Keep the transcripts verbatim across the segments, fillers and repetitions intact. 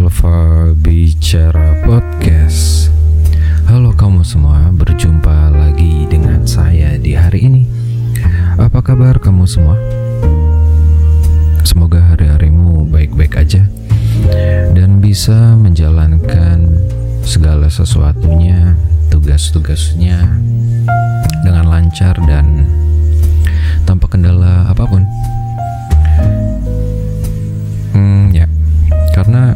Alfa Bicara Podcast. Halo kamu semua, berjumpa lagi dengan saya di hari ini. Apa kabar kamu semua? Semoga hari-harimu baik-baik aja dan bisa menjalankan segala sesuatunya, tugas-tugasnya dengan lancar dan tanpa kendala apapun. Hmm, ya, karena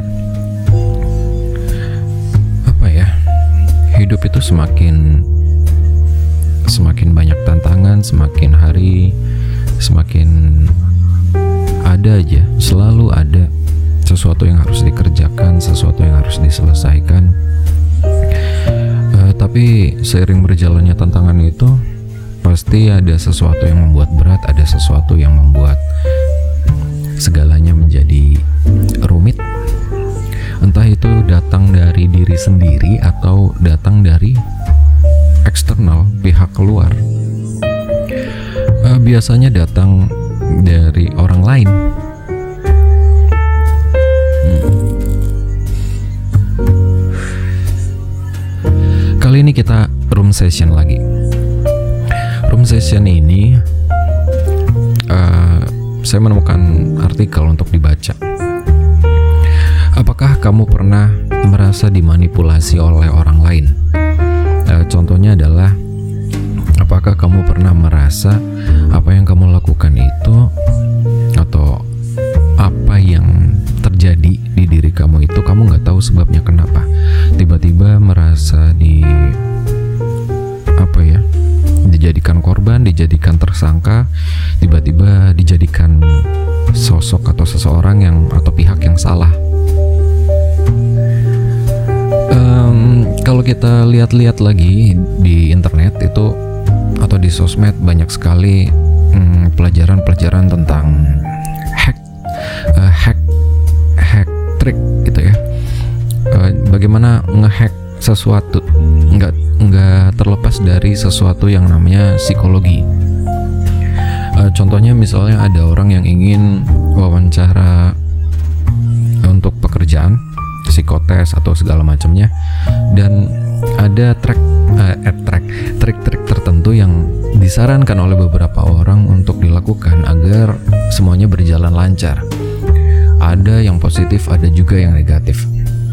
apa ya? Hidup itu semakin semakin banyak tantangan, semakin hari semakin ada aja, selalu ada sesuatu yang harus dikerjakan, sesuatu yang harus diselesaikan. Uh, tapi seiring berjalannya tantangan itu, pasti ada sesuatu yang membuat berat, ada sesuatu yang membuat segalanya menjadi rumit. Entah itu datang dari diri sendiri atau datang dari eksternal, pihak luar. Uh, biasanya datang dari orang lain. Hmm. Kali ini kita room session lagi. Room session ini uh, saya menemukan artikel untuk dibaca. Apakah kamu pernah merasa dimanipulasi oleh orang lain? Uh, contohnya adalah, apakah kamu pernah merasa apa yang kamu lakukan itu atau apa yang terjadi di diri kamu itu kamu nggak tahu sebabnya kenapa? Tiba-tiba merasa di apa ya? dijadikan korban, dijadikan tersangka, tiba-tiba dijadikan sosok atau seseorang yang atau pihak yang salah. Um, kalau kita lihat-lihat lagi di internet itu atau di sosmed, banyak sekali um, pelajaran-pelajaran tentang hack, uh, hack, hack trick gitu ya. Uh, bagaimana ngehack sesuatu, nggak nggak terlepas dari sesuatu yang namanya psikologi. Uh, contohnya misalnya ada orang yang ingin wawancara untuk pekerjaan, psikotes atau segala macamnya, dan ada track, uh, eh, track, trik-trik tertentu yang disarankan oleh beberapa orang untuk dilakukan agar semuanya berjalan lancar. Ada yang positif, ada juga yang negatif.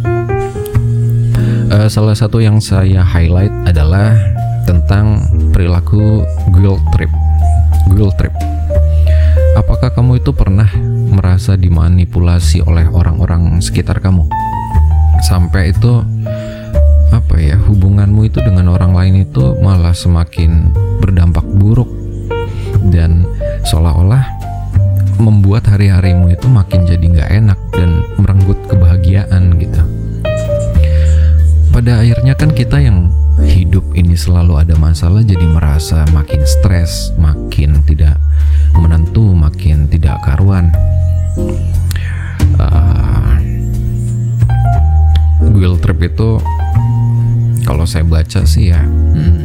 Uh, salah satu yang saya highlight adalah tentang perilaku guilt trip. Guilt trip. Apakah kamu itu pernah merasa dimanipulasi oleh orang-orang sekitar kamu? Sampai itu apa ya, hubunganmu itu dengan orang lain itu malah semakin berdampak buruk dan seolah-olah membuat hari-harimu itu makin jadi nggak enak dan merenggut kebahagiaan gitu. Pada akhirnya kan kita yang hidup ini selalu ada masalah, jadi merasa makin stres, makin tidak menentu, makin tidak karuan. Uh, guilt trip itu kalau saya baca sih ya, hmm,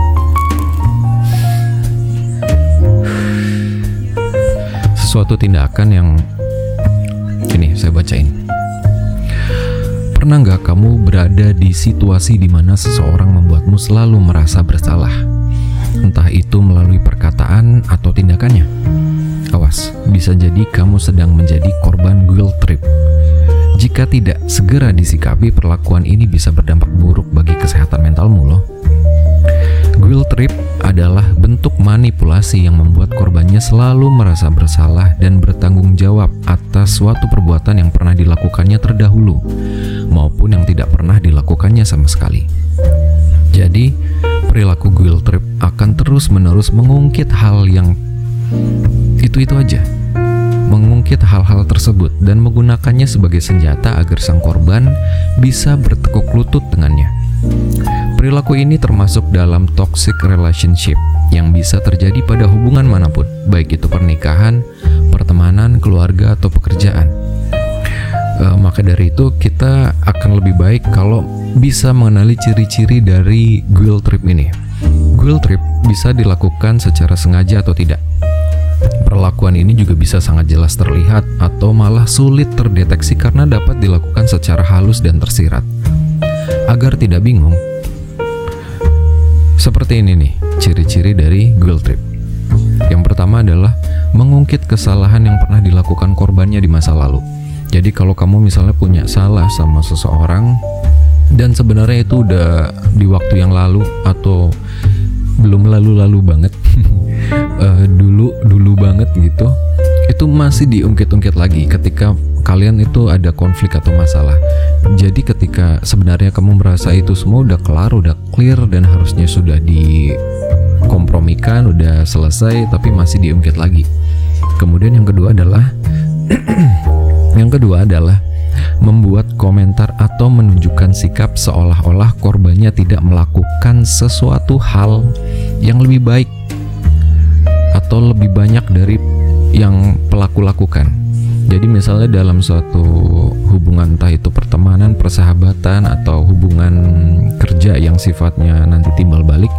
sesuatu tindakan yang ini saya bacain. Pernah nggak kamu berada di situasi di mana seseorang membuatmu selalu merasa bersalah? Entah itu melalui perkataan atau tindakannya. Awas, bisa jadi kamu sedang menjadi korban guilt trip. Jika tidak segera disikapi, perlakuan ini bisa berdampak buruk bagi kesehatan mentalmu loh. Guilt trip adalah bentuk manipulasi yang membuat korbannya selalu merasa bersalah dan bertanggung jawab atas suatu perbuatan yang pernah dilakukannya terdahulu maupun yang tidak pernah dilakukannya sama sekali. Jadi, perilaku guilt trip akan terus-menerus mengungkit hal yang itu-itu aja. Mengungkit hal-hal tersebut dan menggunakannya sebagai senjata agar sang korban bisa bertekuk lutut dengannya. Perilaku ini termasuk dalam toxic relationship yang bisa terjadi pada hubungan manapun, baik itu pernikahan, pertemanan, keluarga, atau pekerjaan. E, maka dari itu kita akan lebih baik kalau bisa mengenali ciri-ciri dari guilt trip ini. Guilt trip bisa dilakukan secara sengaja atau tidak. Perlakuan ini juga bisa sangat jelas terlihat atau malah sulit terdeteksi karena dapat dilakukan secara halus dan tersirat. Agar tidak bingung, seperti ini nih ciri-ciri dari guilt trip. Yang pertama adalah mengungkit kesalahan yang pernah dilakukan korbannya di masa lalu. Jadi kalau kamu misalnya punya salah sama seseorang dan sebenarnya itu udah di waktu yang lalu atau belum lalu-lalu banget, uh, dulu dulu banget gitu, itu masih diungkit-ungkit lagi ketika kalian itu ada konflik atau masalah. Jadi ketika sebenarnya kamu merasa itu semua udah kelar, udah clear dan harusnya sudah dikompromikan, udah selesai, tapi masih diungkit lagi. Kemudian yang kedua adalah yang kedua adalah membuat komentar atau menunjukkan sikap seolah-olah korbannya tidak melakukan sesuatu hal yang lebih baik atau lebih banyak dari yang pelaku lakukan. Jadi misalnya dalam suatu hubungan, entah itu pertemanan, persahabatan, atau hubungan kerja yang sifatnya nanti timbal balik,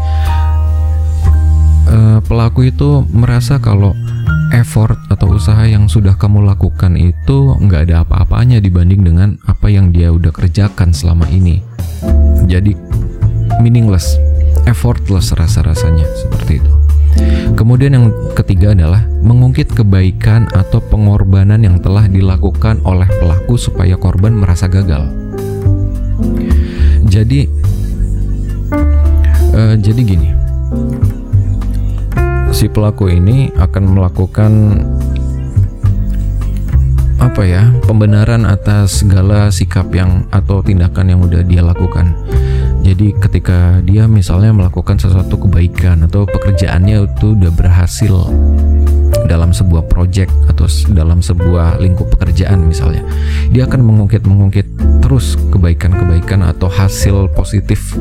eh, pelaku itu merasa kalau effort atau usaha yang sudah kamu lakukan itu nggak ada apa-apanya dibanding dengan apa yang dia udah kerjakan selama ini. Jadi meaningless, effortless rasa-rasanya seperti itu. Kemudian yang ketiga adalah mengungkit kebaikan atau pengorbanan yang telah dilakukan oleh pelaku supaya korban merasa gagal. Jadi uh, jadi gini, si pelaku ini akan melakukan apa ya, pembenaran atas segala sikap yang atau tindakan yang udah dia lakukan. Jadi ketika dia misalnya melakukan sesuatu kebaikan atau pekerjaannya itu udah berhasil dalam sebuah project atau dalam sebuah lingkup pekerjaan misalnya, dia akan mengungkit-mengungkit terus kebaikan-kebaikan atau hasil positif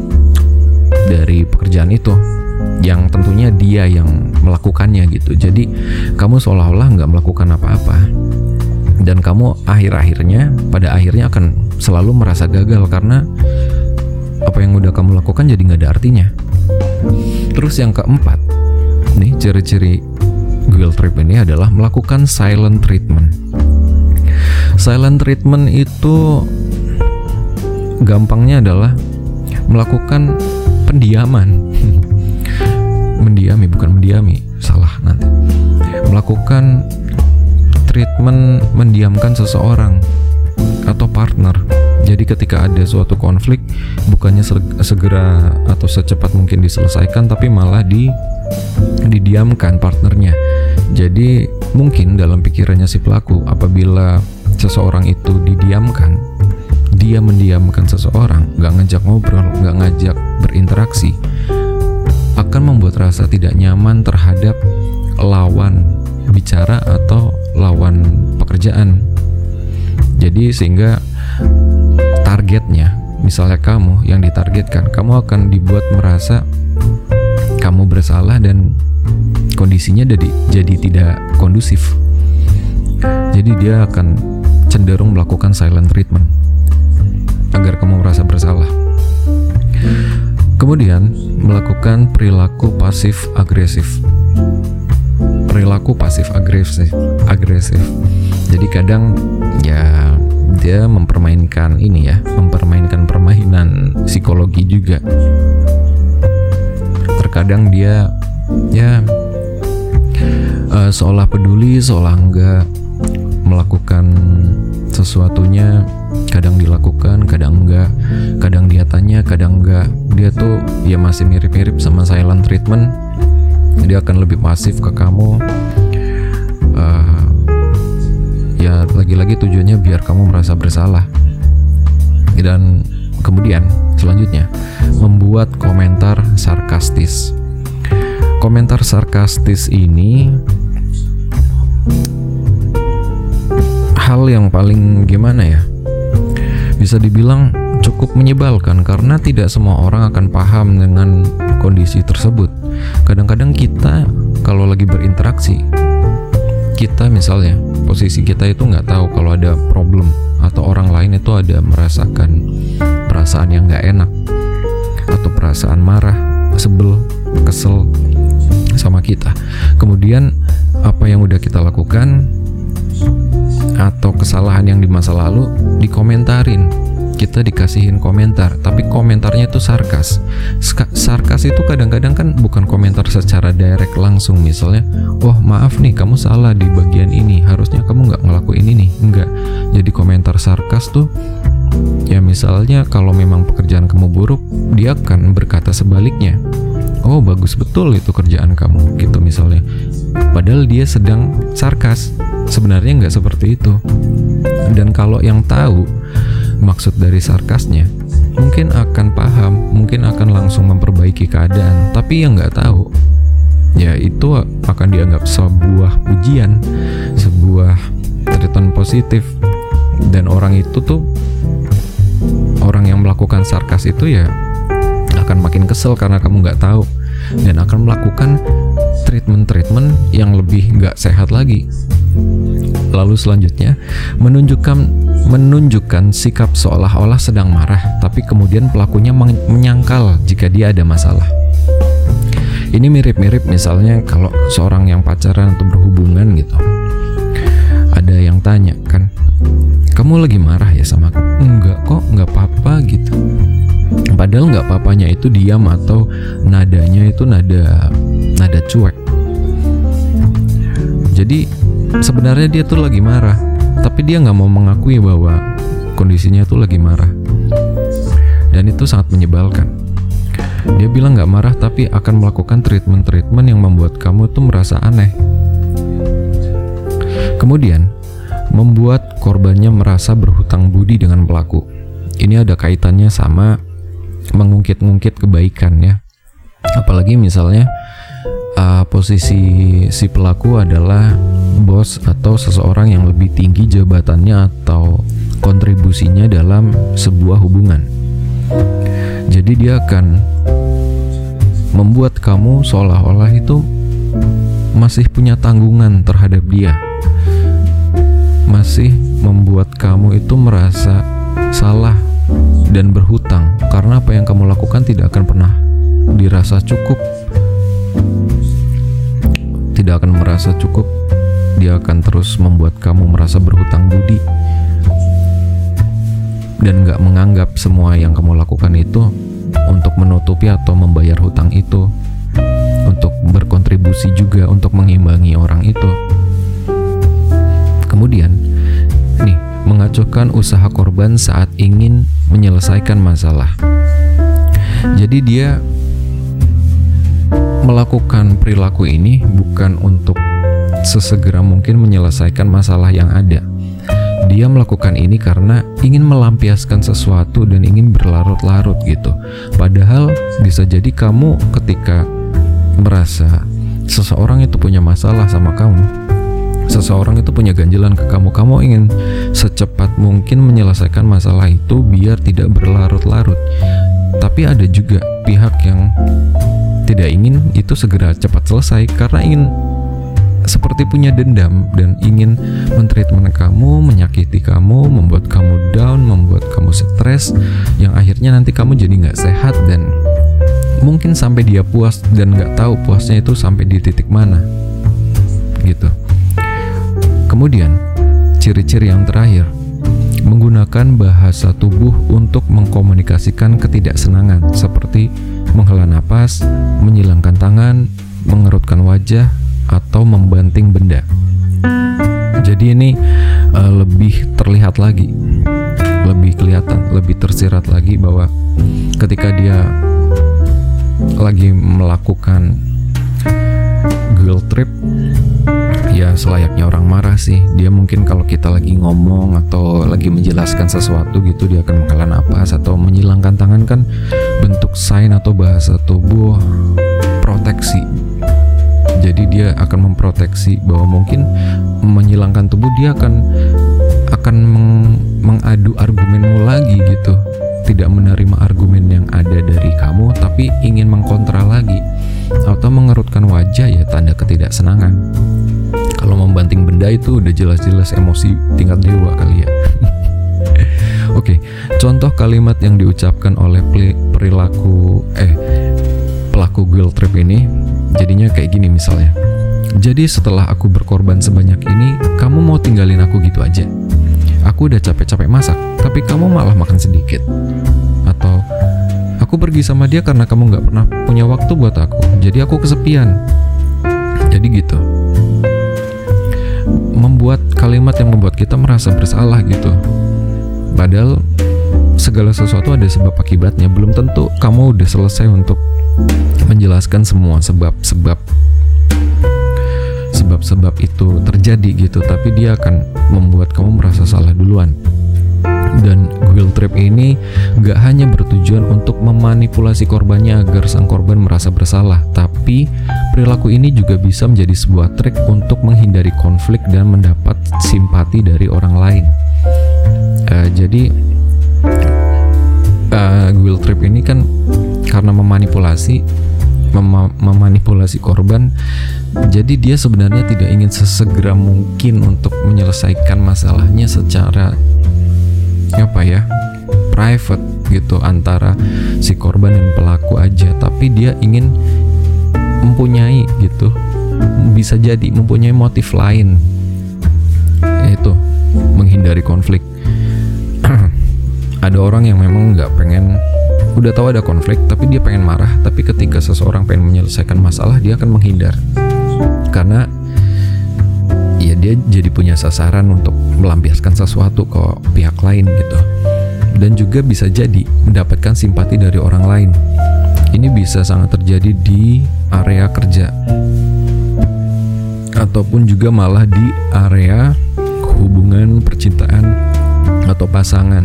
dari pekerjaan itu yang tentunya dia yang melakukannya gitu. Jadi kamu seolah-olah nggak melakukan apa-apa dan kamu akhir-akhirnya pada akhirnya akan selalu merasa gagal karena apa yang udah kamu lakukan jadi nggak ada artinya. Terus yang keempat nih ciri-ciri guilt trip ini adalah melakukan silent treatment. Silent treatment itu gampangnya adalah melakukan pendiaman. mendiami bukan mendiami, salah nanti. Melakukan treatment mendiamkan seseorang atau partner. Jadi ketika ada suatu konflik, bukannya segera atau secepat mungkin diselesaikan, tapi malah di didiamkan partnernya. Jadi mungkin dalam pikirannya si pelaku, apabila seseorang itu didiamkan, dia mendiamkan seseorang, gak ngajak ngobrol, gak ngajak berinteraksi, akan membuat rasa tidak nyaman terhadap lawan bicara atau lawan pekerjaan. Jadi sehingga targetnya, misalnya kamu yang ditargetkan, kamu akan dibuat merasa kamu bersalah dan kondisinya jadi, jadi tidak kondusif. Jadi dia akan cenderung melakukan silent treatment agar kamu merasa bersalah. Kemudian melakukan perilaku pasif agresif. Perilaku pasif agresif, agresif. Jadi kadang ya dia mempermainkan ini ya, mempermainkan permainan psikologi juga. Terkadang dia ya uh, seolah peduli, seolah enggak, melakukan sesuatunya, kadang dilakukan, kadang enggak, kadang dia tanya, kadang enggak. Dia tuh ya masih mirip-mirip sama silent treatment. Dia akan lebih pasif ke kamu. Uh, ya lagi-lagi tujuannya biar kamu merasa bersalah. Dan kemudian selanjutnya membuat komentar sarkastis. Komentar sarkastis ini hal yang paling gimana ya, bisa dibilang cukup menyebalkan karena tidak semua orang akan paham dengan kondisi tersebut. Kadang-kadang kita kalau lagi berinteraksi, kita misalnya posisi kita itu nggak tahu kalau ada problem atau orang lain itu ada merasakan perasaan yang nggak enak atau perasaan marah, sebel, kesel sama kita. Kemudian apa yang udah kita lakukan atau kesalahan yang di masa lalu dikomentarin. Kita dikasihin komentar, tapi komentarnya itu sarkas. Ska- sarkas itu kadang-kadang kan bukan komentar secara direct langsung. Misalnya, oh maaf nih kamu salah di bagian ini, harusnya kamu nggak ngelakuin ini. Enggak. Jadi komentar sarkas tuh, ya misalnya kalau memang pekerjaan kamu buruk, dia akan berkata sebaliknya. Oh bagus betul itu kerjaan kamu, gitu misalnya. Padahal dia sedang sarkas. Sebenarnya nggak seperti itu. Dan kalau yang tahu maksud dari sarkasnya, mungkin akan paham, mungkin akan langsung memperbaiki keadaan. Tapi yang nggak tahu, ya itu akan dianggap sebuah pujian, sebuah treatment positif. Dan orang itu tuh, orang yang melakukan sarkas itu ya akan makin kesel karena kamu nggak tahu, dan akan melakukan treatment-treatment yang lebih nggak sehat lagi. Lalu selanjutnya menunjukkan menunjukkan sikap seolah-olah sedang marah, tapi kemudian pelakunya menyangkal jika dia ada masalah. Ini mirip-mirip misalnya kalau seorang yang pacaran atau berhubungan gitu. Ada yang tanya kan, kamu lagi marah ya sama aku? Enggak kok, enggak apa-apa gitu. Padahal enggak apa-apanya itu diam atau nadanya itu nada nada cuek. Jadi sebenarnya dia tuh lagi marah, tapi dia nggak mau mengakui bahwa kondisinya tuh lagi marah. Dan itu sangat menyebalkan. Dia bilang nggak marah, tapi akan melakukan treatment-treatment yang membuat kamu tuh merasa aneh. Kemudian membuat korbannya merasa berhutang budi dengan pelaku. Ini ada kaitannya sama mengungkit-ungkit kebaikan ya. Apalagi misalnya uh, posisi si pelaku adalah bos atau seseorang yang lebih tinggi jabatannya atau kontribusinya dalam sebuah hubungan. Jadi dia akan membuat kamu seolah-olah itu masih punya tanggungan terhadap dia, masih membuat kamu itu merasa salah dan berhutang karena apa yang kamu lakukan tidak akan pernah dirasa cukup, tidak akan merasa cukup. Dia akan terus membuat kamu merasa berhutang budi dan gak menganggap semua yang kamu lakukan itu untuk menutupi atau membayar hutang itu, untuk berkontribusi juga untuk mengimbangi orang itu. Kemudian nih, mengacuhkan usaha korban saat ingin menyelesaikan masalah. Jadi dia melakukan perilaku ini bukan untuk sesegera mungkin menyelesaikan masalah yang ada. Dia melakukan ini karena ingin melampiaskan sesuatu dan ingin berlarut-larut gitu. Padahal bisa jadi kamu ketika merasa seseorang itu punya masalah sama kamu, seseorang itu punya ganjelan ke kamu, kamu ingin secepat mungkin menyelesaikan masalah itu biar tidak berlarut-larut. Tapi ada juga pihak yang tidak ingin itu segera cepat selesai karena ingin seperti punya dendam dan ingin mentreatment kamu, menyakiti kamu, membuat kamu down, membuat kamu stres, yang akhirnya nanti kamu jadi nggak sehat dan mungkin sampai dia puas dan nggak tahu puasnya itu sampai di titik mana gitu. Kemudian ciri-ciri yang terakhir, menggunakan bahasa tubuh untuk mengkomunikasikan ketidaksenangan seperti menghela napas, menyilangkan tangan, mengerutkan wajah, atau membanting benda. Jadi ini uh, lebih terlihat lagi, lebih kelihatan, lebih tersirat lagi bahwa ketika dia lagi melakukan guilt trip, ya selayaknya orang marah sih. Dia mungkin kalau kita lagi ngomong atau lagi menjelaskan sesuatu gitu, dia akan menghela napas atau menyilangkan tangan, kan bentuk sign atau bahasa tubuh proteksi. Jadi dia akan memproteksi bahwa mungkin menyilangkan tubuh dia akan akan meng, mengadu argumenmu lagi gitu. Tidak menerima argumen yang ada dari kamu, tapi ingin mengkontra lagi. Atau mengerutkan wajah, ya tanda ketidaksenangan. Kalau membanting benda itu udah jelas-jelas emosi tingkat dewa kali ya. Oke, contoh kalimat yang diucapkan oleh perilaku eh pelaku guilt trip ini jadinya kayak gini misalnya. Jadi setelah aku berkorban sebanyak ini, kamu mau tinggalin aku gitu aja? Aku udah capek-capek masak, tapi kamu malah makan sedikit. Atau aku pergi sama dia karena kamu gak pernah punya waktu buat aku, jadi aku kesepian. Jadi gitu. Membuat kalimat yang membuat kita merasa bersalah gitu. Padahal segala sesuatu ada sebab akibatnya. Belum tentu kamu udah selesai untuk menjelaskan semua sebab-sebab sebab-sebab itu terjadi gitu, tapi dia akan membuat kamu merasa salah duluan. Dan guilt trip ini gak hanya bertujuan untuk memanipulasi korbannya agar sang korban merasa bersalah, tapi perilaku ini juga bisa menjadi sebuah trik untuk menghindari konflik dan mendapat simpati dari orang lain. Uh, jadi uh, guilt trip ini kan karena memanipulasi mem- memanipulasi korban, jadi dia sebenarnya tidak ingin sesegera mungkin untuk menyelesaikan masalahnya secara apa ya, private gitu antara si korban dan pelaku aja, tapi dia ingin mempunyai gitu, bisa jadi mempunyai motif lain, yaitu menghindari konflik. Ada orang yang memang nggak pengen, udah tahu ada konflik tapi dia pengen marah, tapi ketika seseorang pengen menyelesaikan masalah dia akan menghindar karena ya dia jadi punya sasaran untuk melampiaskan sesuatu ke pihak lain gitu. Dan juga bisa jadi mendapatkan simpati dari orang lain. Ini bisa sangat terjadi di area kerja ataupun juga malah di area hubungan percintaan atau pasangan.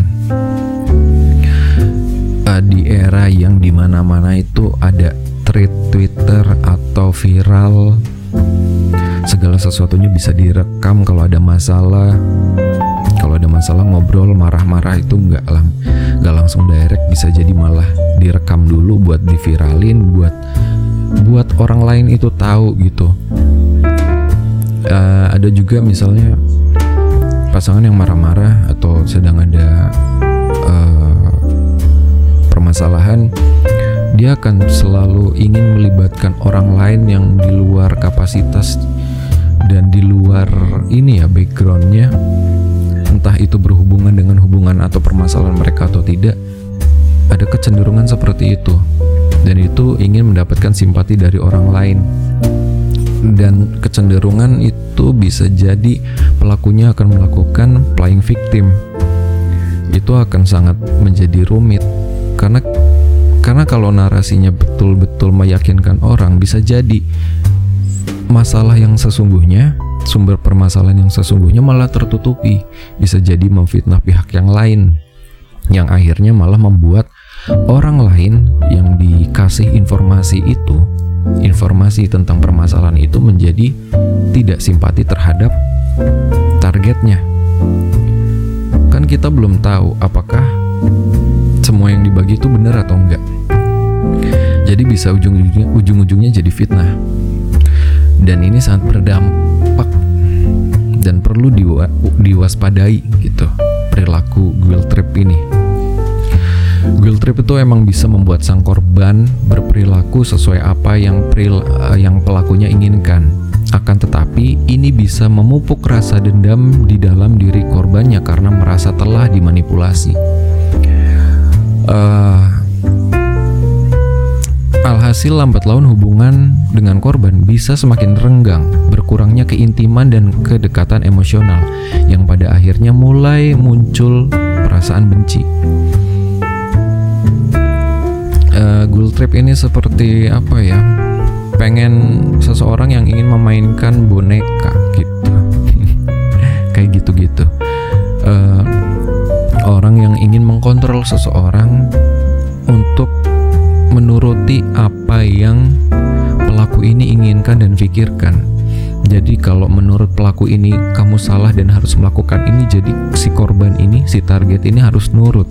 Di era yang dimana-mana itu ada thread Twitter atau viral, segala sesuatunya bisa direkam. Kalau ada masalah, kalau ada masalah ngobrol marah-marah itu nggak lang, nggak langsung direct, bisa jadi malah direkam dulu buat diviralin, buat buat orang lain itu tahu gitu. Uh, ada juga misalnya pasangan yang marah-marah atau sedang ada uh, permasalahan, dia akan selalu ingin melibatkan orang lain yang di luar kapasitas dan di luar ini ya backgroundnya, entah itu berhubungan dengan hubungan atau permasalahan mereka atau tidak. Ada kecenderungan seperti itu, dan itu ingin mendapatkan simpati dari orang lain. Dan kecenderungan itu bisa jadi pelakunya akan melakukan playing victim. Itu akan sangat menjadi rumit. Karena karena kalau narasinya betul-betul meyakinkan orang, bisa jadi masalah yang sesungguhnya, sumber permasalahan yang sesungguhnya malah tertutupi. Bisa jadi memfitnah pihak yang lain, yang akhirnya malah membuat orang lain yang dikasih informasi itu, informasi tentang permasalahan itu, menjadi tidak simpati terhadap targetnya. Kan kita belum tahu apakah semua yang dibagi itu benar atau enggak. Jadi bisa ujung-ujungnya, ujung-ujungnya jadi fitnah. Dan ini sangat berdampak dan perlu diwa- diwaspadai gitu, perilaku guilt trip ini. Guilt trip itu emang bisa membuat sang korban berperilaku sesuai apa yang peril- yang pelakunya inginkan. Akan tetapi ini bisa memupuk rasa dendam di dalam diri korbannya karena merasa telah dimanipulasi. Uh, alhasil lambat laun hubungan dengan korban bisa semakin renggang, berkurangnya keintiman dan kedekatan emosional yang pada akhirnya mulai muncul perasaan benci. Uh, guilt trip ini seperti apa ya? Pengen seseorang yang ingin memainkan boneka gitu, kayak gitu-gitu. Uh, Orang yang ingin mengkontrol seseorang untuk menuruti apa yang pelaku ini inginkan dan pikirkan. Jadi kalau menurut pelaku ini kamu salah dan harus melakukan ini, jadi si korban ini, si target ini harus nurut.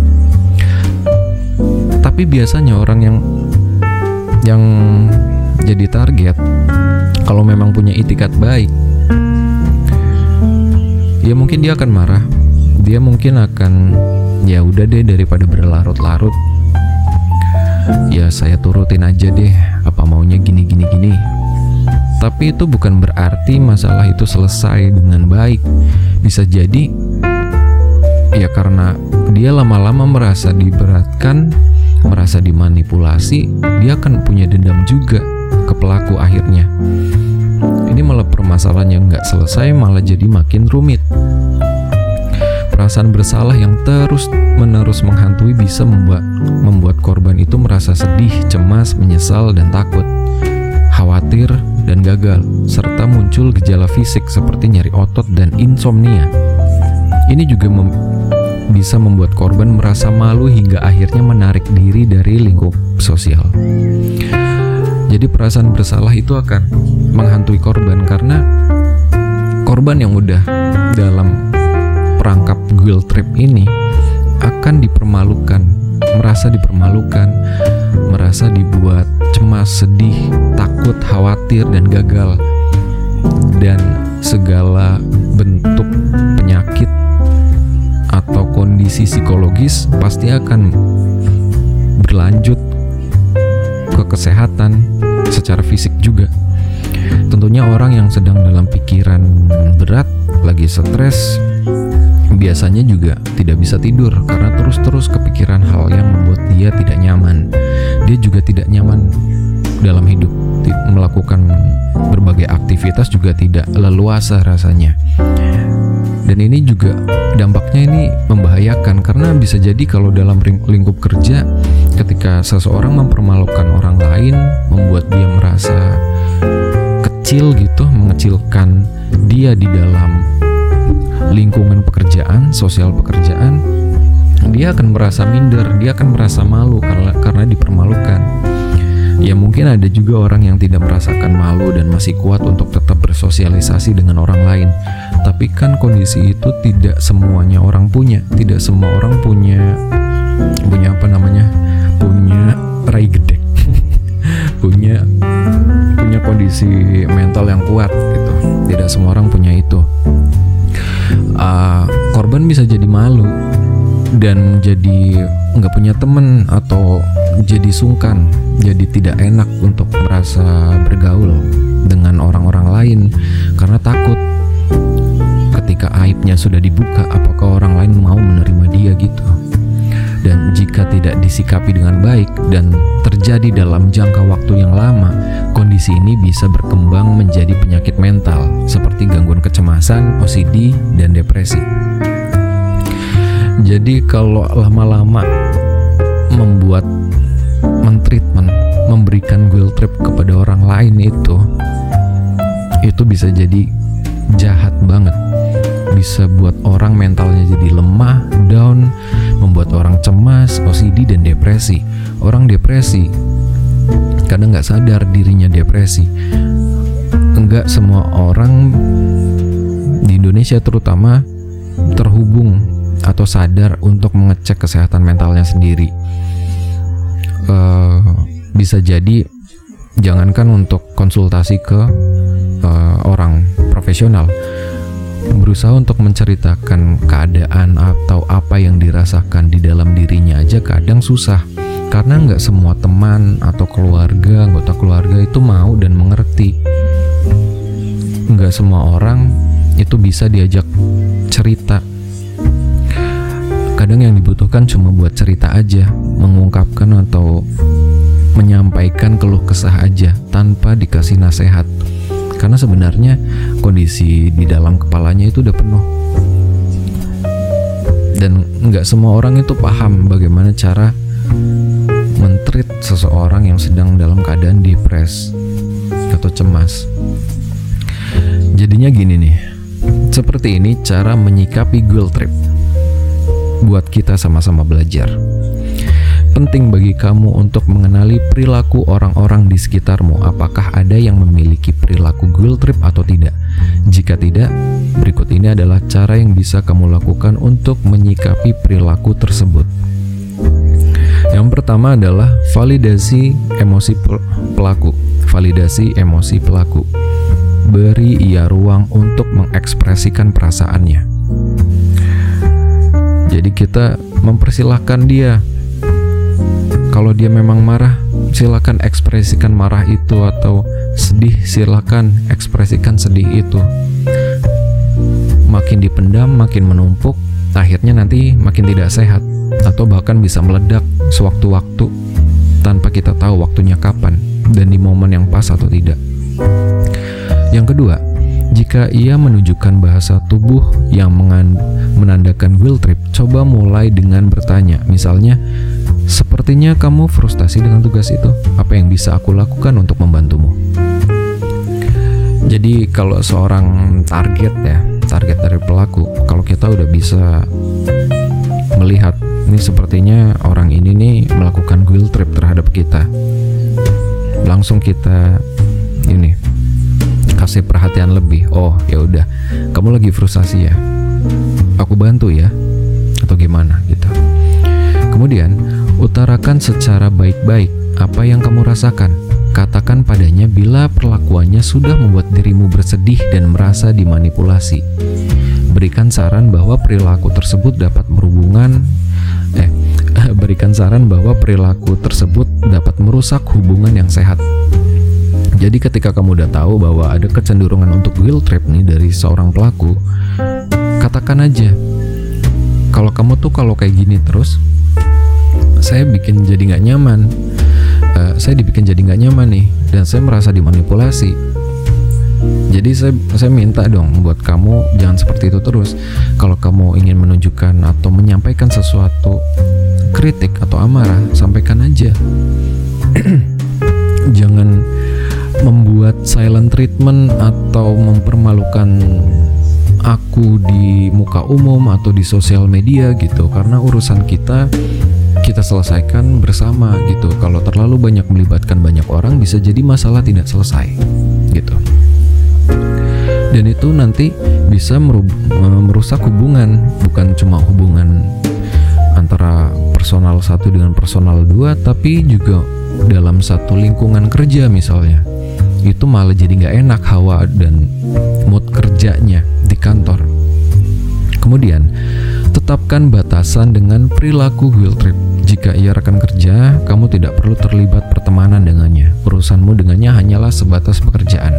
Tapi biasanya orang yang yang jadi target, kalau memang punya itikat baik, ya mungkin dia akan marah. Dia mungkin akan, ya udah deh, daripada berlarut-larut, ya saya turutin aja deh apa maunya, gini gini gini. Tapi itu bukan berarti masalah itu selesai dengan baik. Bisa jadi ya karena dia lama-llama merasa diberatkan, merasa dimanipulasi, dia akan punya dendam juga ke pelaku akhirnya. Ini malah permasalahan yang nggak selesai, malah jadi makin rumit. Perasaan bersalah yang terus-menerus menghantui bisa membuat membuat korban itu merasa sedih, cemas, menyesal, dan takut, khawatir, dan gagal, serta muncul gejala fisik seperti nyeri otot dan insomnia. Ini juga mem- bisa membuat korban merasa malu hingga akhirnya menarik diri dari lingkup sosial. Jadi perasaan bersalah itu akan menghantui korban karena korban yang udah dalam perangkap guilt trip ini akan dipermalukan, merasa dipermalukan, merasa dibuat cemas, sedih, takut, khawatir, dan gagal. Dan segala bentuk penyakit atau kondisi psikologis pasti akan berlanjut ke kesehatan secara fisik juga. Tentunya orang yang sedang dalam pikiran berat, lagi stres, biasanya juga tidak bisa tidur karena terus-terus kepikiran hal yang membuat dia tidak nyaman. Dia juga tidak nyaman dalam hidup, melakukan berbagai aktivitas juga tidak leluasa rasanya. Dan ini juga dampaknya ini membahayakan karena bisa jadi kalau dalam lingkup kerja, ketika seseorang mempermalukan orang lain, membuat dia merasa kecil gitu, mengecilkan dia di dalam lingkungan pekerjaan, sosial pekerjaan, dia akan merasa minder, dia akan merasa malu karena karena dipermalukan. Ya mungkin ada juga orang yang tidak merasakan malu dan masih kuat untuk tetap bersosialisasi dengan orang lain. Tapi kan kondisi itu tidak semuanya orang punya, tidak semua orang punya punya apa namanya? punya rai gedek. punya punya kondisi mental yang kuat gitu. Tidak semua orang punya itu. Uh, korban bisa jadi malu dan jadi nggak punya teman atau jadi sungkan, jadi tidak enak untuk merasa bergaul dengan orang-orang lain karena takut ketika aibnya sudah dibuka, apakah orang lain mau menerima dia gitu. Dan jika tidak disikapi dengan baik dan terjadi dalam jangka waktu yang lama, kondisi ini bisa berkembang menjadi penyakit mental seperti gangguan kecemasan, O C D, dan depresi. Jadi kalau lama-lama membuat mentreatment, memberikan guilt trip kepada orang lain itu itu bisa jadi jahat banget. Bisa buat orang mentalnya jadi lemah, down, membuat orang cemas, O C D, dan depresi. Orang depresi kadang nggak sadar dirinya depresi. Enggak semua orang di Indonesia terutama terhubung atau sadar untuk mengecek kesehatan mentalnya sendiri. Uh, bisa jadi jangankan untuk konsultasi ke uh, orang profesional, berusaha untuk menceritakan keadaan atau apa yang dirasakan di dalam dirinya aja kadang susah karena nggak semua teman atau keluarga, anggota keluarga itu mau dan mengerti. Nggak semua orang itu bisa diajak cerita. Kadang yang dibutuhkan cuma buat cerita aja, mengungkapkan atau menyampaikan keluh kesah aja tanpa dikasih nasihat. Karena sebenarnya kondisi di dalam kepalanya itu udah penuh. Dan nggak semua orang itu paham bagaimana cara men-treat seseorang yang sedang dalam keadaan depres atau cemas. Jadinya gini nih, seperti ini cara menyikapi guilt trip. Buat kita sama-sama belajar. Penting bagi kamu untuk mengenali perilaku orang-orang di sekitarmu. Apakah ada yang memiliki perilaku guilt trip atau tidak? Jika tidak, berikut ini adalah cara yang bisa kamu lakukan untuk menyikapi perilaku tersebut. Yang pertama adalah validasi emosi pelaku. Validasi emosi pelaku. Beri ia ruang untuk mengekspresikan perasaannya. Jadi kita mempersilahkan dia. Kalau dia memang marah, silakan ekspresikan marah itu, atau sedih silakan ekspresikan sedih itu. Makin dipendam, makin menumpuk, akhirnya nanti makin tidak sehat, atau bahkan bisa meledak sewaktu-waktu tanpa kita tahu waktunya kapan dan di momen yang pas atau tidak. Yang kedua, jika ia menunjukkan bahasa tubuh yang menandakan guilt trip, coba mulai dengan bertanya. Misalnya, sepertinya kamu frustasi dengan tugas itu. Apa yang bisa aku lakukan untuk membantumu? Jadi kalau seorang target ya, target dari pelaku, kalau kita udah bisa melihat, ini sepertinya orang ini nih melakukan guilt trip terhadap kita, langsung kita ini kasih perhatian lebih. Oh ya udah, kamu lagi frustasi ya, aku bantu ya, atau gimana gitu. Kemudian utarakan secara baik-baik apa yang kamu rasakan. Katakan padanya bila perlakuannya sudah membuat dirimu bersedih dan merasa dimanipulasi. Berikan saran bahwa perilaku tersebut dapat berhubungan eh berikan saran bahwa perilaku tersebut dapat merusak hubungan yang sehat. Jadi ketika kamu udah tahu bahwa ada kecenderungan untuk guilt trip nih dari seorang pelaku, katakan aja, kalau kamu tuh kalau kayak gini terus, saya bikin jadi nggak nyaman. Uh, saya dibikin jadi nggak nyaman nih, dan saya merasa dimanipulasi. Jadi saya saya minta dong buat kamu jangan seperti itu terus. Kalau kamu ingin menunjukkan atau menyampaikan sesuatu kritik atau amarah, sampaikan aja. Jangan membuat silent treatment atau mempermalukan aku di muka umum atau di sosial media gitu, karena urusan kita kita selesaikan bersama gitu. Kalau terlalu banyak melibatkan banyak orang, bisa jadi masalah tidak selesai gitu. Dan itu nanti bisa merusak hubungan, bukan cuma hubungan antara personal satu dengan personal dua, tapi juga dalam satu lingkungan kerja misalnya. Itu malah jadi nggak enak hawa dan mood kerjanya di kantor. Kemudian tetapkan batasan dengan perilaku guilt trip. Jika ia rekan kerja, kamu tidak perlu terlibat pertemanan dengannya. Urusanmu dengannya hanyalah sebatas pekerjaan.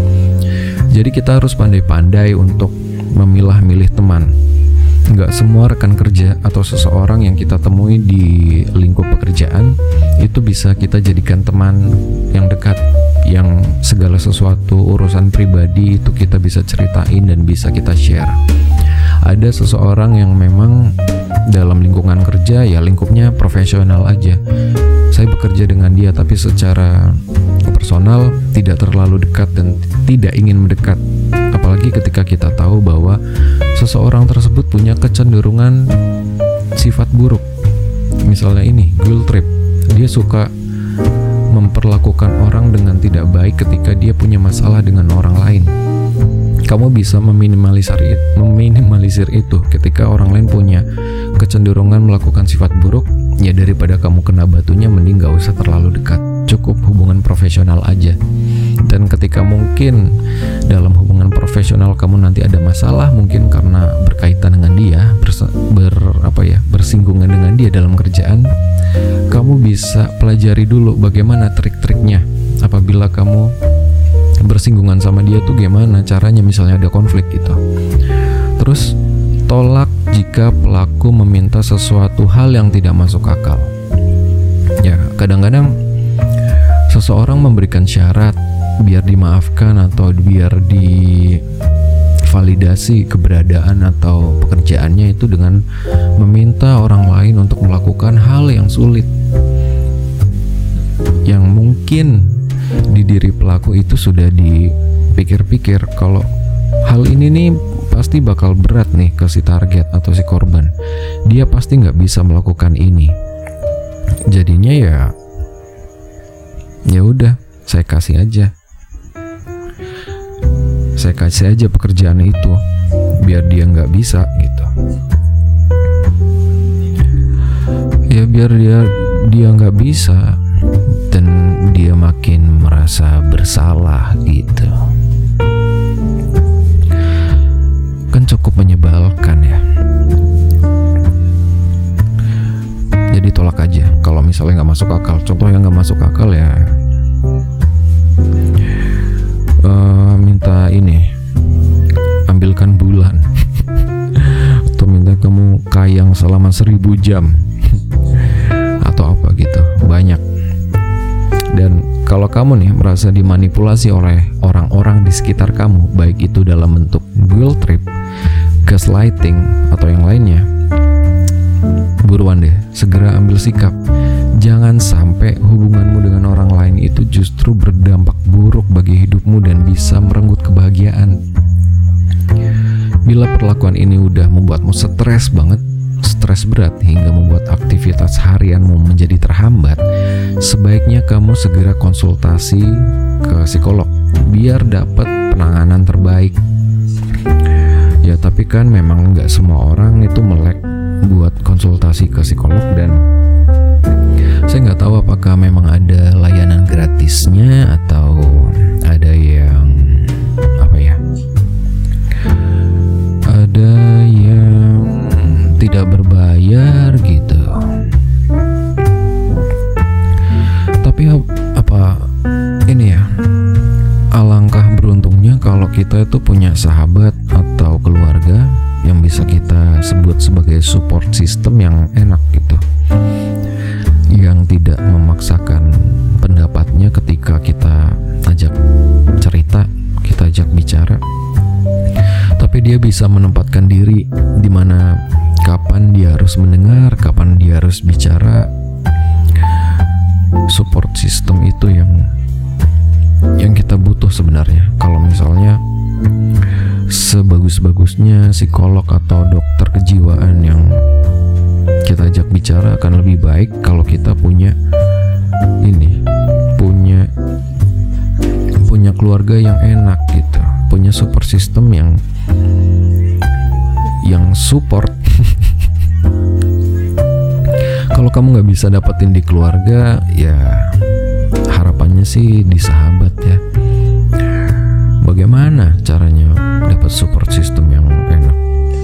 Jadi kita harus pandai-pandai untuk memilah-milih teman. Nggak semua rekan kerja atau seseorang yang kita temui di lingkup pekerjaan itu bisa kita jadikan teman yang dekat, yang segala sesuatu urusan pribadi itu kita bisa ceritain dan bisa kita share. Ada seseorang yang memang dalam lingkungan kerja ya lingkupnya profesional aja. Saya bekerja dengan dia tapi secara personal tidak terlalu dekat dan tidak ingin mendekat. Apalagi ketika kita tahu bahwa seseorang tersebut punya kecenderungan sifat buruk. Misalnya ini, guilt trip. Dia suka memperlakukan orang dengan tidak baik ketika dia punya masalah dengan orang lain. Kamu bisa meminimalisir itu, meminimalisir itu ketika orang lain punya kecenderungan melakukan sifat buruk. Ya daripada kamu kena batunya, mending gak usah terlalu dekat. Cukup hubungan profesional aja. Dan ketika mungkin dalam hubungan profesional kamu nanti ada masalah, mungkin karena berkaitan dengan dia, ber, ber apa ya, bersinggungan dengan dia dalam kerjaan, kamu bisa pelajari dulu bagaimana trik-triknya. Apabila kamu bersinggungan sama dia tuh gimana caranya, misalnya ada konflik gitu. Terus tolak jika pelaku meminta sesuatu hal yang tidak masuk akal. Ya, kadang-kadang seseorang memberikan syarat biar dimaafkan atau biar divalidasi keberadaan atau pekerjaannya itu dengan meminta orang lain untuk melakukan hal yang sulit, yang mungkin di diri pelaku itu sudah dipikir-pikir kalau hal ini nih pasti bakal berat nih ke si target atau si korban. Dia pasti nggak bisa melakukan ini. Jadinya ya, ya udah, saya kasih aja, saya kasih aja pekerjaan itu biar dia nggak bisa gitu. Ya biar dia dia nggak bisa dan dia makin merasa bersalah gitu. Kan cukup menyebalkan ya. Jadi ditolak aja kalau misalnya nggak masuk akal. Contoh yang nggak masuk akal ya uh, minta ini ambilkan bulan atau minta kamu kayang selama seribu jam atau apa gitu, banyak. Dan kalau kamu nih merasa dimanipulasi oleh orang-orang di sekitar kamu, baik itu dalam bentuk guilt trip, gaslighting, atau yang lainnya, buruan deh, segera ambil sikap. Jangan sampai hubunganmu dengan orang lain itu justru berdampak buruk bagi hidupmu dan bisa merenggut kebahagiaan. Bila perlakuan ini udah membuatmu stres banget, stres berat hingga membuat aktivitas harianmu menjadi terhambat, sebaiknya kamu segera konsultasi ke psikolog biar dapat penanganan terbaik. Ya tapi kan memang nggak semua orang itu melek buat konsultasi ke psikolog, dan saya nggak tahu apakah memang ada layanan gratisnya atau ada yang apa ya, ada yang tidak berbayar gitu. Tapi apa ini ya, alangkah beruntungnya kalau kita itu punya sahabat atau keluarga yang bisa kita sebut sebagai support system yang enak gitu, yang tidak memaksakan pendapatnya ketika kita ajak cerita, kita ajak bicara, tapi dia bisa menempatkan diri di mana kapan dia harus mendengar, kapan dia harus bicara. Support system itu yang yang kita butuh sebenarnya. Kalau misalnya sebagus-bagusnya psikolog atau dokter kejiwaan yang kita ajak bicara, akan lebih baik kalau kita punya ini, punya punya keluarga yang enak gitu, punya support system yang yang support. Kalau kamu nggak bisa dapetin di keluarga, ya harapannya sih di sahabat ya. Bagaimana caranya dapat support system yang enak?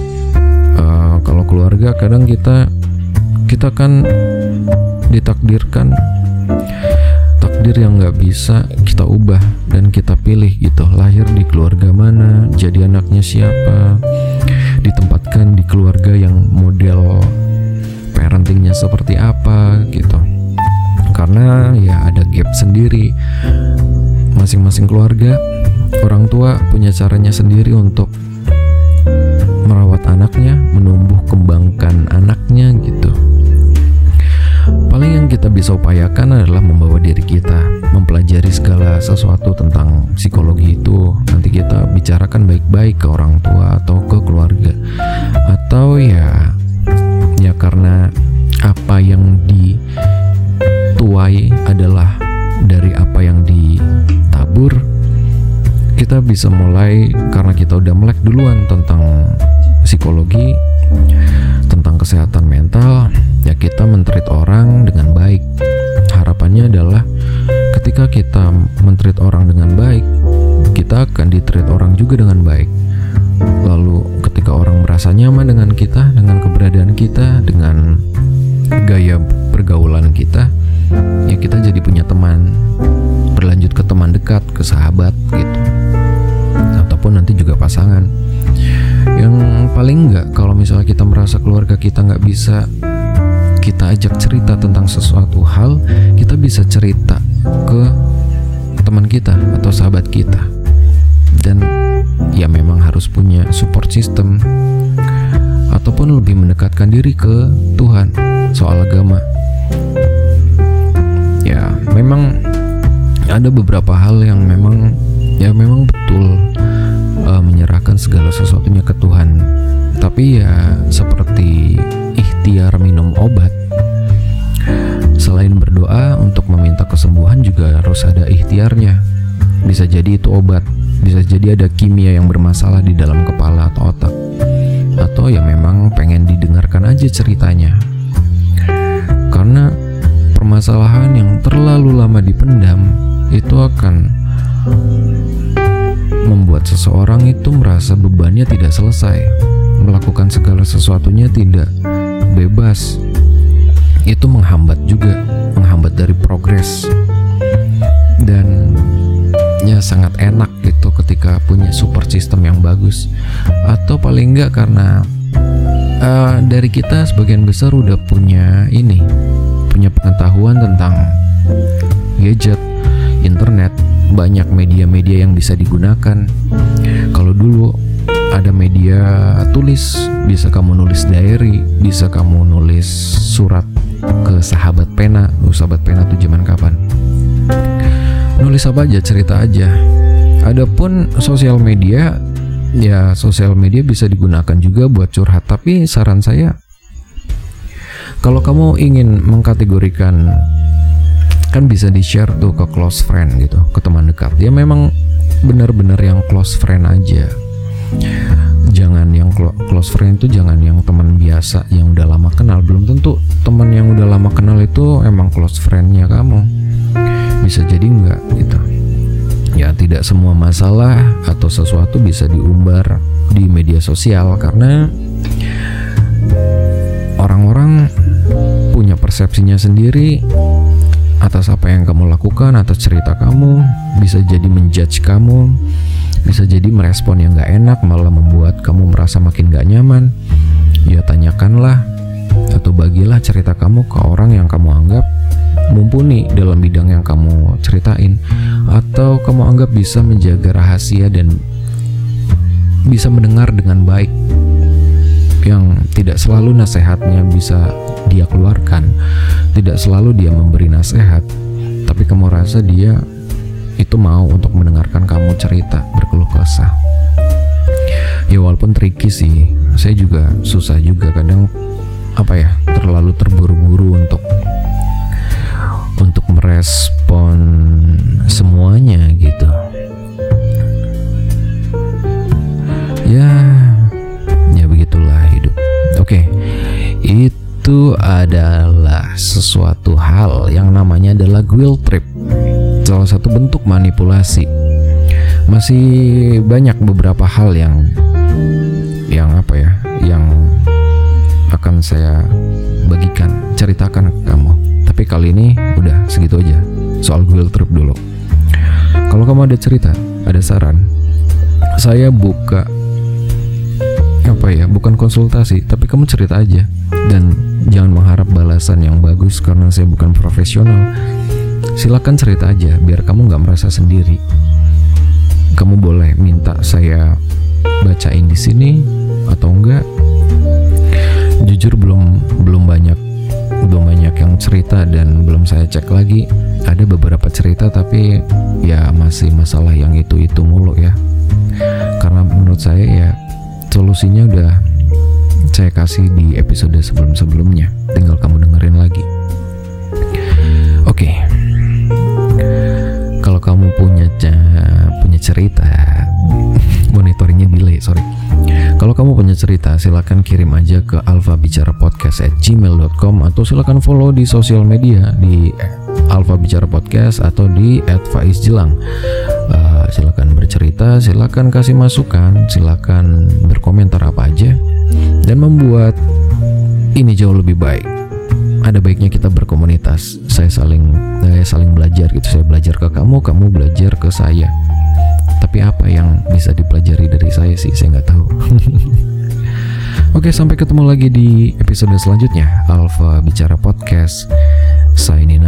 Uh, kalau keluarga kadang kita kita kan ditakdirkan takdir yang nggak bisa kita ubah dan kita pilih gitu. Lahir di keluarga mana, jadi anaknya siapa, ditempatkan di keluarga yang model parentingnya seperti apa gitu. Karena ya ada gap sendiri, masing-masing keluarga, orang tua punya caranya sendiri untuk merawat anaknya, menumbuh kembangkan anaknya gitu. Paling yang kita bisa upayakan adalah membawa diri kita, mempelajari segala sesuatu tentang psikologi itu. Nanti kita bicarakan baik-baik ke orang tua atau ke keluarga, atau ya ya karena apa yang dituai adalah dari apa yang ditabur, kita bisa mulai karena kita udah melek duluan tentang psikologi, tentang kesehatan mental, ya kita men-treat orang dengan baik. Harapannya adalah ketika kita men-treat orang dengan baik, kita akan di-treat orang juga dengan baik. Lalu ketika orang merasa nyaman dengan kita, dengan keberadaan kita, dengan gaya pergaulan kita, ya kita jadi punya teman, berlanjut ke teman dekat, ke sahabat gitu, ataupun nanti juga pasangan. Yang paling enggak, kalau misalnya kita merasa keluarga kita nggak bisa kita ajak cerita tentang sesuatu hal, kita bisa cerita ke teman kita atau sahabat kita. Dan ya memang harus punya support system, ataupun lebih mendekatkan diri ke Tuhan soal agama. Ya memang ada beberapa hal yang memang ya memang betul uh, menyerahkan segala sesuatunya ke Tuhan. Tapi ya seperti ikhtiar minum obat, selain berdoa untuk meminta kesembuhan juga harus ada ikhtiarnya. Bisa jadi itu obat, bisa jadi ada kimia yang bermasalah di dalam kepala atau otak, atau ya memang pengen didengarkan aja ceritanya. Karena permasalahan yang terlalu lama dipendam itu akan membuat seseorang itu merasa bebannya tidak selesai, melakukan segala sesuatunya tidak bebas. itu menghambat juga, menghambat dari progres. Dan ya sangat enak gitu ketika punya support system yang bagus. Atau paling enggak karena uh, dari kita sebagian besar udah punya ini, punya pengetahuan tentang gadget, internet, banyak media-media yang bisa digunakan. Kalau dulu ada media tulis, bisa kamu nulis diary, bisa kamu nulis surat ke sahabat pena. Oh, sahabat pena tuh zaman kapan? Nulis apa aja, cerita aja. Adapun sosial media, ya sosial media bisa digunakan juga buat curhat. Tapi saran saya, kalau kamu ingin mengkategorikan, kan bisa di-share tuh ke close friend gitu, ke teman dekat. Ya memang benar-benar yang close friend aja. Jangan yang close friend itu jangan yang teman biasa yang udah lama kenal. Belum tentu teman yang udah lama kenal itu emang close friend-nya kamu. Bisa jadi enggak gitu. Ya tidak semua masalah atau sesuatu bisa diumbar di media sosial karena orang-orang punya persepsinya sendiri atas apa yang kamu lakukan, atas cerita kamu, bisa jadi menjudge kamu, bisa jadi merespon yang gak enak, malah membuat kamu merasa makin gak nyaman. Ya tanyakanlah atau bagilah cerita kamu ke orang yang kamu anggap mumpuni dalam bidang yang kamu ceritain, atau kamu anggap bisa menjaga rahasia dan bisa mendengar dengan baik, yang tidak selalu nasihatnya bisa dia keluarkan, tidak selalu dia memberi nasihat, tapi kamu rasa dia itu mau untuk mendengarkan kamu cerita, berkeluh kesah. Ya walaupun tricky sih, saya juga susah juga kadang apa ya, terlalu terburu-buru untuk untuk merespon semuanya gitu. Ya, ya begitulah hidup. Oke, itu adalah sesuatu hal yang namanya adalah guilt trip. Salah satu bentuk manipulasi. Masih banyak beberapa hal yang yang apa ya, yang akan saya bagikan, ceritakan ke kamu. Tapi kali ini udah segitu aja soal guilt trip dulu. Kalau kamu ada cerita, ada saran, saya buka apa ya, bukan konsultasi, tapi kamu cerita aja. Dan jangan mengharap balasan yang bagus karena saya bukan profesional. Silakan cerita aja biar kamu gak merasa sendiri. Kamu boleh minta saya bacain di sini atau enggak. Jujur belum belum banyak belum banyak yang cerita dan belum saya cek lagi. Ada beberapa cerita tapi ya masih masalah yang itu-itu mulu ya. Karena menurut saya ya solusinya udah saya kasih di episode sebelum-sebelumnya. Tinggal kamu dengerin lagi. Oke. Okay. Kalau kamu punya punya cerita, monitoringnya delay, sorry. Kalau kamu punya cerita, silakan kirim aja ke alfa bicara podcast at gmail dot com atau silakan follow di sosial media di Alfa Bicara Podcast atau di et faiz jelang. Uh, silakan bercerita, silakan kasih masukan, silakan berkomentar apa aja dan membuat ini jauh lebih baik. Ada baiknya kita berkomunitas. Saya saling saya saling belajar gitu. Saya belajar ke kamu, kamu belajar ke saya. Tapi apa yang bisa dipelajari dari saya sih, saya nggak tahu. Oke, sampai ketemu lagi di episode selanjutnya Alfa Bicara Podcast. Signing